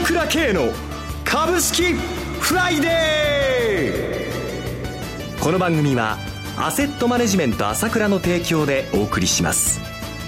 倉慶の株式フライデー。この番組はアセットマネジメント朝倉の提供でお送りします。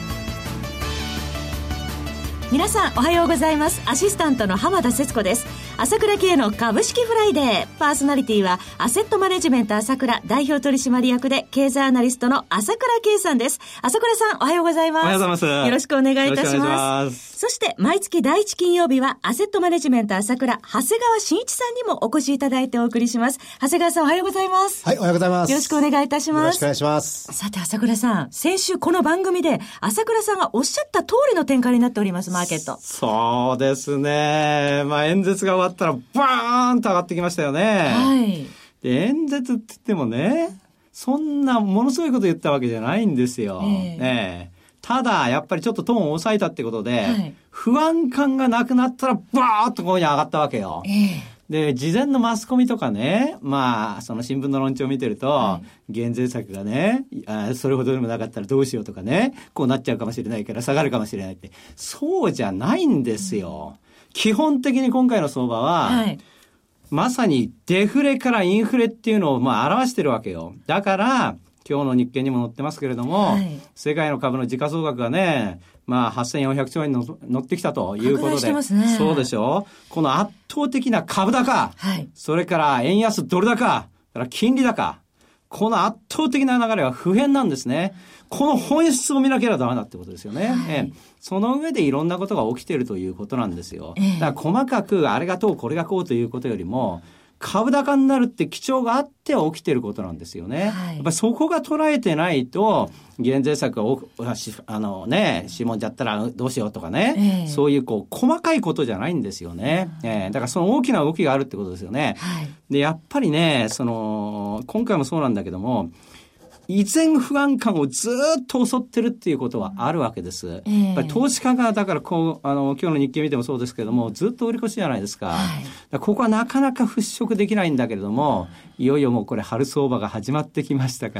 皆さんおはようございます。アシスタントの浜田節子です。朝倉慶の株式フライデー。パーソナリティはアセットマネジメント朝倉代表取締役で経済アナリストの朝倉慶さんです。朝倉さんおはようございます。 おはようございます。 よろしくお願いいたします。そして毎月第1金曜日はアセットマネジメント朝倉長谷川慎一さんにもお越しいただいてお送りします。長谷川さんおはようございます。 はい、おはようございます。 よろしくお願いいたします。 よろしくお願いします。 さて朝倉さん、先週この番組で朝倉さんがおっしゃった通りの展開になっております。マーケット。 そうですね。演説が終わったらバーンと上がってきましたよね。 はい。 で、演説って言ってもね、そんなものすごいこと言ったわけじゃないんですよ。ただ、やっぱりちょっとトーンを抑えたってことで、不安感がなくなったらバーッとここに上がったわけよ。で、事前のマスコミとかね、その新聞の論調を見てると、減税策がね、それほどでもなかったらどうしようとかね、こうなっちゃうかもしれないから下がるかもしれないって。そうじゃないんですよ。基本的に今回の相場は、まさにデフレからインフレっていうのを表してるわけよ。だから、今日の日経にも載ってますけれども、世界の株の時価総額がね、8400兆円乗ってきたということで、そうでしょ。この圧倒的な株高、それから円安ドル高、から金利高、この圧倒的な流れは不変なんですね。この本質を見なければダメだってことですよね。その上でいろんなことが起きているということなんですよ。だから細かくあれがどうこれがこうということよりも、株高になるって基調があって起きてることなんですよね。やっぱりそこが捉えてないと、減税策を絞んじゃったらどうしようとかね、そういう細かいことじゃないんですよね。だからその大きな動きがあるってことですよね。で、やっぱりね、今回もそうなんだけども、依然不安感をずっと襲ってるっていうことはあるわけです。やっぱり投資家がだから今日の日経見てもそうですけども、ずっと売り越しじゃないですか。だからここはなかなか払拭できないんだけれども、いよいよもうこれ春相場が始まってきましたから、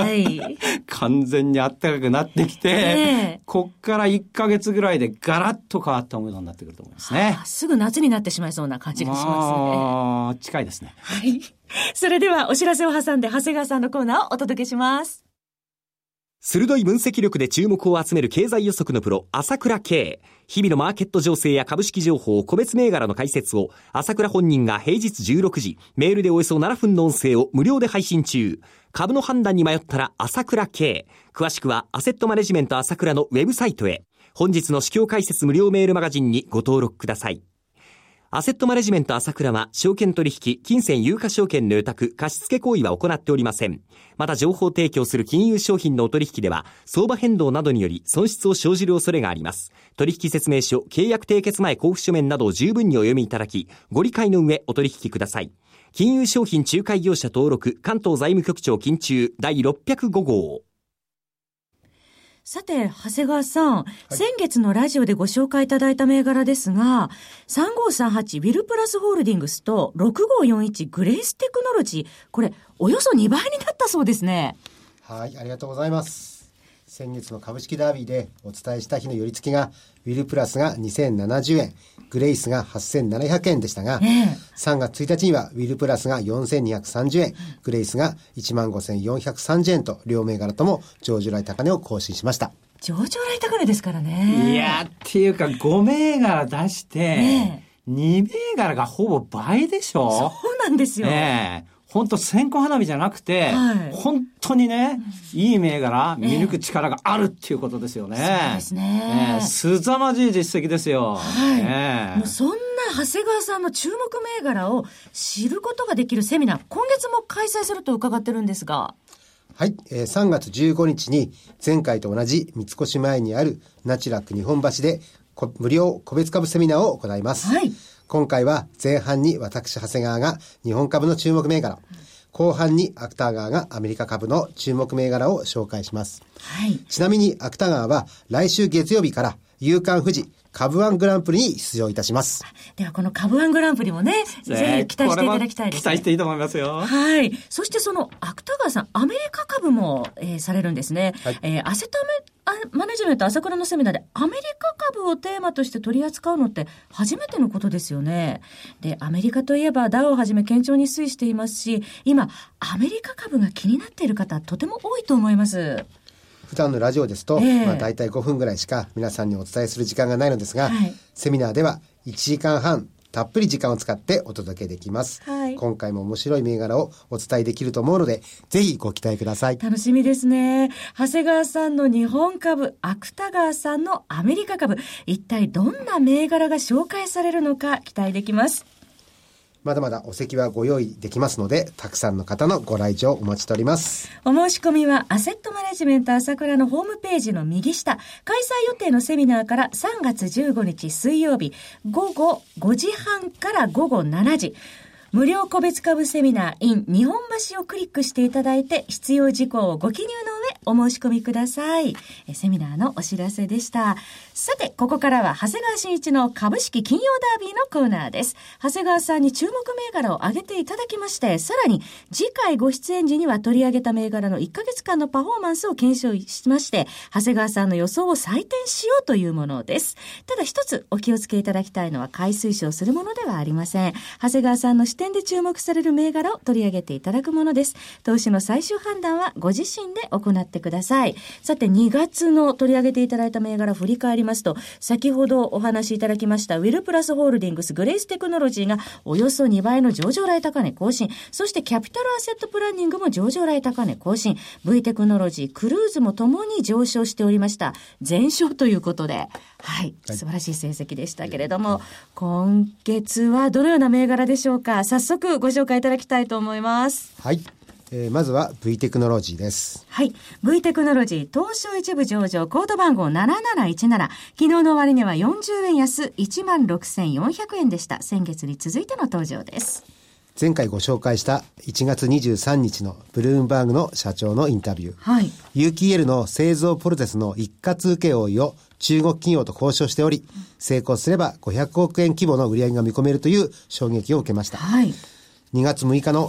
完全に暖かくなってきて、こっから1ヶ月ぐらいでガラッと変わったものになってくると思いますね。 すぐ夏になってしまいそうな感じがしますね。 近いですね。 それではお知らせを挟んで長谷川さんのコーナーをお届けします。 鋭い分析力で注目を集める経済予測のプロ朝倉慶。日々のマーケット情勢や株式情報、個別銘柄の解説を朝倉本人が平日16時メールでおよそ7分の音声を無料で配信中。株の判断に迷ったら朝倉慶。詳しくはアセットマネジメント朝倉のウェブサイトへ。本日の市況解説無料メールマガジンにご登録ください。アセットマネジメント朝倉は証券取引、金銭有価証券の予託、貸付行為は行っておりません。また情報提供する金融商品のお取引では相場変動などにより損失を生じる恐れがあります。取引説明書、契約締結前交付書面などを十分にお読みいただき、ご理解の上お取引ください。金融商品仲介業者登録関東財務局長金中第605号。 さて、長谷川さん、先月のラジオでご紹介いただいた銘柄ですが、3538ウィルプラスホールディングスと6541グレイステクノロジー、これ、およそ2倍になったそうですね。 はい、ありがとうございます。先月の株式ダービーでお伝えした日の寄り付きが、ウィルプラスが2070円、グレイスが8700円でしたが、3月1日にはウィルプラスが4230円、グレイスが15430円と両銘柄とも上場来高値を更新しました。 上場来高値ですからね。 いやっていうか5銘柄出して、2銘柄がほぼ倍でしょ。 そうなんですよ。 本当線香花火じゃなくて、本当にね、いい銘柄、見抜く力があるっていうことですよね。 そうですね。 凄まじい実績ですよ。 もうそんな長谷川さんの注目銘柄を知ることができるセミナー、今月も開催すると伺ってるんですが。 はい、3月15日に前回と同じ三越前にあるナチュラック日本橋で無料個別株セミナーを行います。今回は前半に私長谷川が日本株の注目銘柄、後半に芥川がアメリカ株の注目銘柄を紹介します。ちなみに芥川は来週月曜日から夕刊富士株ワングランプリに出場いたします。 ではこの株ワングランプリもね、ぜひ期待していただきたいですね。 期待していいと思いますよ。 そしてその芥川さん、アメリカ株も、されるんですね。アセットマネジメント朝倉のセミナーでアメリカ株株をテーマとして取り扱うのって初めてのことですよね。で、アメリカといえばダウをはじめ堅調に推移していますし、今アメリカ株が気になっている方とても多いと思います。 普段のラジオですと、大体5分ぐらいしか皆さんにお伝えする時間がないのですが、セミナーでは1時間半たっぷり時間を使ってお届けできます、今回も面白い銘柄をお伝えできると思うので、ぜひご期待ください。 楽しみですね。長谷川さんの日本株、芥川さんのアメリカ株、一体どんな銘柄が紹介されるのか期待できます。 まだまだお席はご用意できますので、たくさんの方のご来場お待ちしております。 お申し込みはアセットマネジメント朝倉のホームページの右下、開催予定のセミナーから3月15日水曜日午後5時半から午後7時、無料個別株セミナー in 日本橋をクリックしていただいて、必要事項をご記入の上お申し込みください。セミナーのお知らせでした。さて、ここからは長谷川慎一の株式金曜ダービーのコーナーです。長谷川さんに注目銘柄を挙げていただきまして、さらに次回ご出演時には取り上げた銘柄の1ヶ月間のパフォーマンスを検証しまして、長谷川さんの予想を採点しようというものです。ただ一つお気をつけいただきたいのは、買い推奨するものではありません。長谷川さんの視点で注目される銘柄を取り上げていただくものです。投資の最終判断はご自身で行ってください。さて、2月の取り上げていただいた銘柄振り返りますと、先ほどお話しいただきましたウィルプラスホールディングスグレイステクノロジーがおよそ2倍の上場来高値更新、そしてキャピタルアセットプランニングも上場来高値更新、 V テクノロジー、クルーズもともに上昇しておりました。全勝ということで、素晴らしい成績でしたけれども、今月はどのような銘柄でしょうか。早速ご紹介いただきたいと思います。 まずは V テクノロジーです。 V テクノロジー東証一部上場、コード番号7717、昨日の終値は40円安 16,400 円でした。先月に続いての登場です。 前回ご紹介した1月23日のブルームバーグの社長のインタビュー、有機 EL の製造プロセスの一括請負を中国企業と交渉しており、成功すれば500億円規模の売り上げが見込めるという衝撃を受けました。2月6日の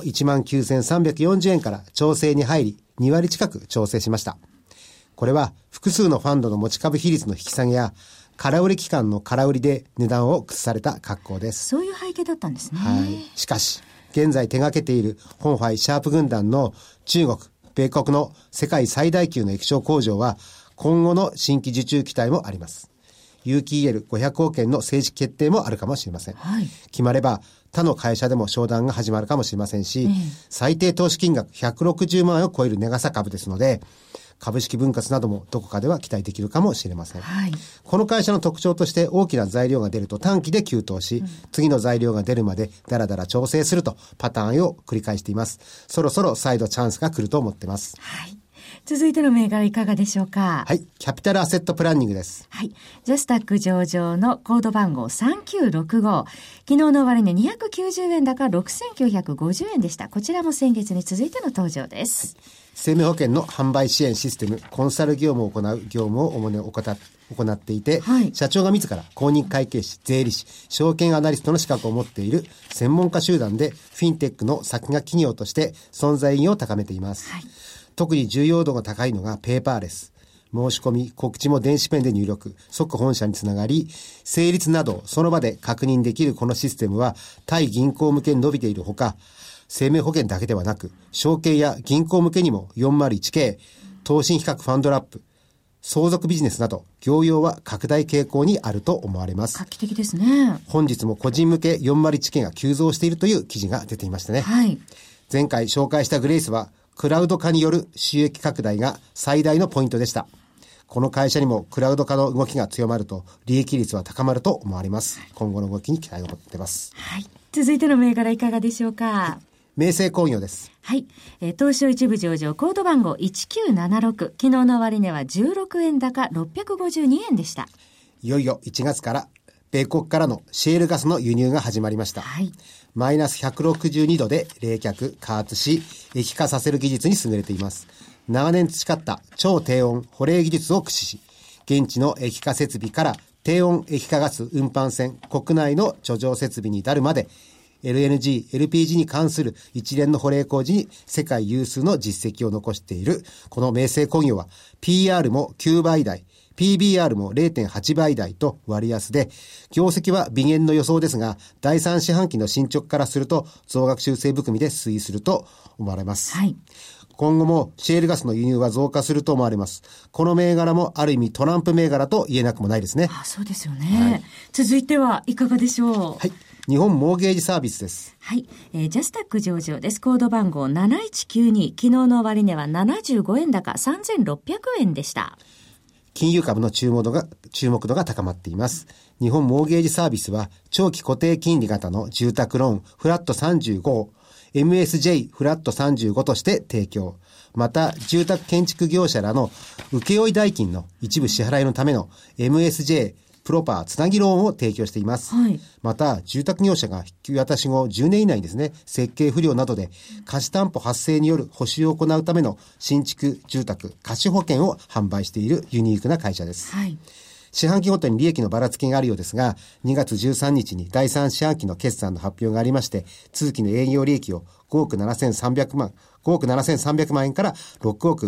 19,340 円から調整に入り、2割近く調整しました。これは複数のファンドの持ち株比率の引き下げや空売り期間の空売りで値段を崩された格好です。 そういう背景だったんですね。 しかし現在手掛けているホンファイシャープ軍団の中国、米国の世界最大級の液晶工場は今後の新規受注期待もあります。有機 EL500 億円の正式決定もあるかもしれません。決まれば他の会社でも商談が始まるかもしれませんし、最低投資金額160万円を超える値傘株ですので、株式分割などもどこかでは期待できるかもしれません。この会社の特徴として、大きな材料が出ると短期で急騰し、次の材料が出るまでだらだら調整するとパターンを繰り返しています。そろそろ再度チャンスが来ると思っています。 続いての銘柄いかがでしょうか。 キャピタルアセットプランニングです。 ジャスタック上場のコード番号3965、昨日の終値290円高 6,950 円でした。こちらも先月に続いての登場です。 生命保険の販売支援システム、コンサル業務を行う業務を主に行っていて、社長が自ら公認会計士、税理士、証券アナリストの資格を持っている専門家集団で、フィンテックの先駆け企業として存在意義を高めています。特に重要度が高いのがペーパーレス。申し込み、告知も電子ペンで入力、即本社につながり、成立などその場で確認できるこのシステムは対銀行向けに伸びているほか、生命保険だけではなく、証券や銀行向けにも 401K、投信比較ファンドラップ、相続ビジネスなど業用は拡大傾向にあると思われます。 画期的ですね。 本日も個人向け 401K が急増しているという記事が出ていましたね。前回紹介したグレイスはクラウド化による収益拡大が最大のポイントでした。この会社にもクラウド化の動きが強まると利益率は高まると思われます。今後の動きに期待を持っています。 続いての銘柄いかがでしょうか。 明星工業です。 東証一部上場、コード番号1976、昨日の終値は16円高652円でした。 いよいよ1月から米国からのシェールガスの輸入が始まりました。マイナス162度で冷却、加圧し、液化させる技術に優れています。長年培った超低温保冷技術を駆使し、現地の液化設備から低温液化ガス運搬船、国内の貯蔵設備に至るまで、LNG、LPG に関する一連の保冷工事に世界有数の実績を残している、この明星工業は PR も9倍台、 PBR も 0.8 倍台と割安で、業績は微減の予想ですが、第3四半期の進捗からすると増額修正含みで推移すると思われます。今後もシェールガスの輸入は増加すると思われます。この銘柄もある意味トランプ銘柄と言えなくもないですね。 そうですよね。続いてはいかがでしょう。 日本モーゲージサービスです。 ジャスタック上場です。コード番号7192。昨日の終値は75円高3600円でした。 金融株の注目度が高まっています。日本モーゲージサービスは長期固定金利型の住宅ローンフラット35を MSJ フラット35として提供。また、住宅建築業者らの請負代金の一部支払いのための MSJ プロパーつなぎローンを提供しています。また、住宅業者が引き渡し後10年以内にですね、設計不良などで貸し担保発生による補修を行うための新築住宅貸保険を販売しているユニークな会社です。四半期ごとに利益のばらつきがあるようですが、2月13日に第3四半期の決算の発表がありまして、通期の営業利益を5億7300万円から6億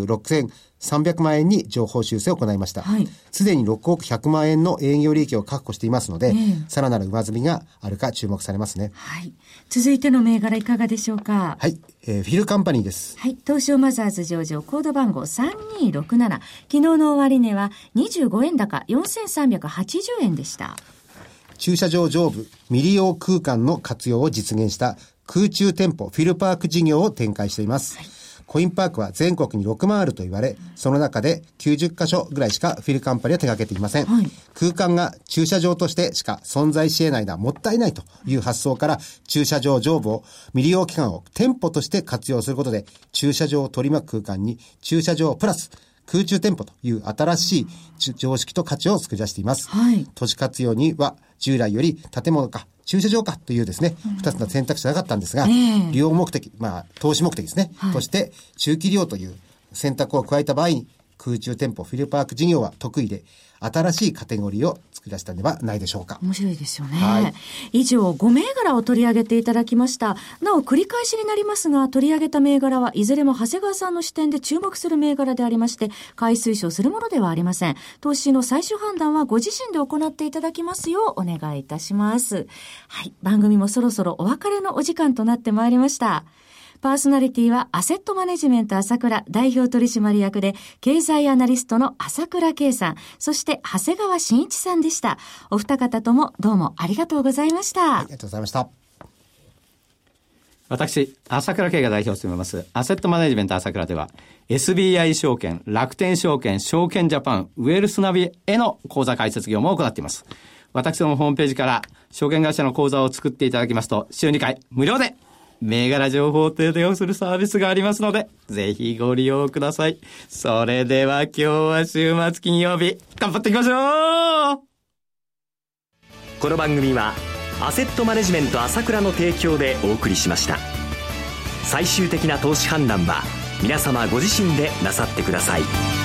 6300万円に上方修正を行いました。すでに6億100万円の営業利益を確保していますので、さらなる上積みがあるか注目されますね。 続いての銘柄いかがでしょうか。 フィルカンパニーです。 東証マザーズ上場コード番号3267。昨日の終値は25円高4380円でした。 駐車場上部未利用空間の活用を実現した空中店舗フィルパーク事業を展開しています。コインパークは全国に6万あると言われ、その中で90カ所ぐらいしかフィルカンパニーは手掛けていません。空間が駐車場としてしか存在し得ないのはもったいないという発想から、駐車場上部を未利用期間を店舗として活用することで、駐車場を取り巻く空間に駐車場プラス空中店舗という新しい常識と価値を作り出しています。都市活用には従来より建物か駐車場かというですね、二つの選択肢はなかったんですが、利用目的、投資目的ですね、として中期利用という選択を加えた場合に、空中店舗フィルパーク事業は得意で、新しいカテゴリーを作り出したのではないでしょうか。 面白いですよね。以上5銘柄を取り上げていただきました。なお繰り返しになりますが、取り上げた銘柄はいずれも長谷川さんの視点で注目する銘柄でありまして、買い推奨するものではありません。投資の最終判断はご自身で行っていただきますようお願いいたします。番組もそろそろお別れのお時間となってまいりました。パーソナリティはアセットマネジメント朝倉代表取締役で経済アナリストの朝倉圭さん、そして長谷川慎一さんでした。お二方ともどうもありがとうございました。 ありがとうございました。 私、朝倉圭が代表を務めますアセットマネジメント朝倉では SBI 証券、楽天証券、証券ジャパン、ウェルスナビへの口座開設業務を行っています。私どもホームページから証券会社の口座を作っていただきますと、週2回無料で銘柄情報を提供するサービスがありますので、ぜひご利用ください。それでは今日は週末金曜日、頑張っていきましょう。 この番組はアセットマネジメント朝倉の提供でお送りしました。最終的な投資判断は皆様ご自身でなさってください。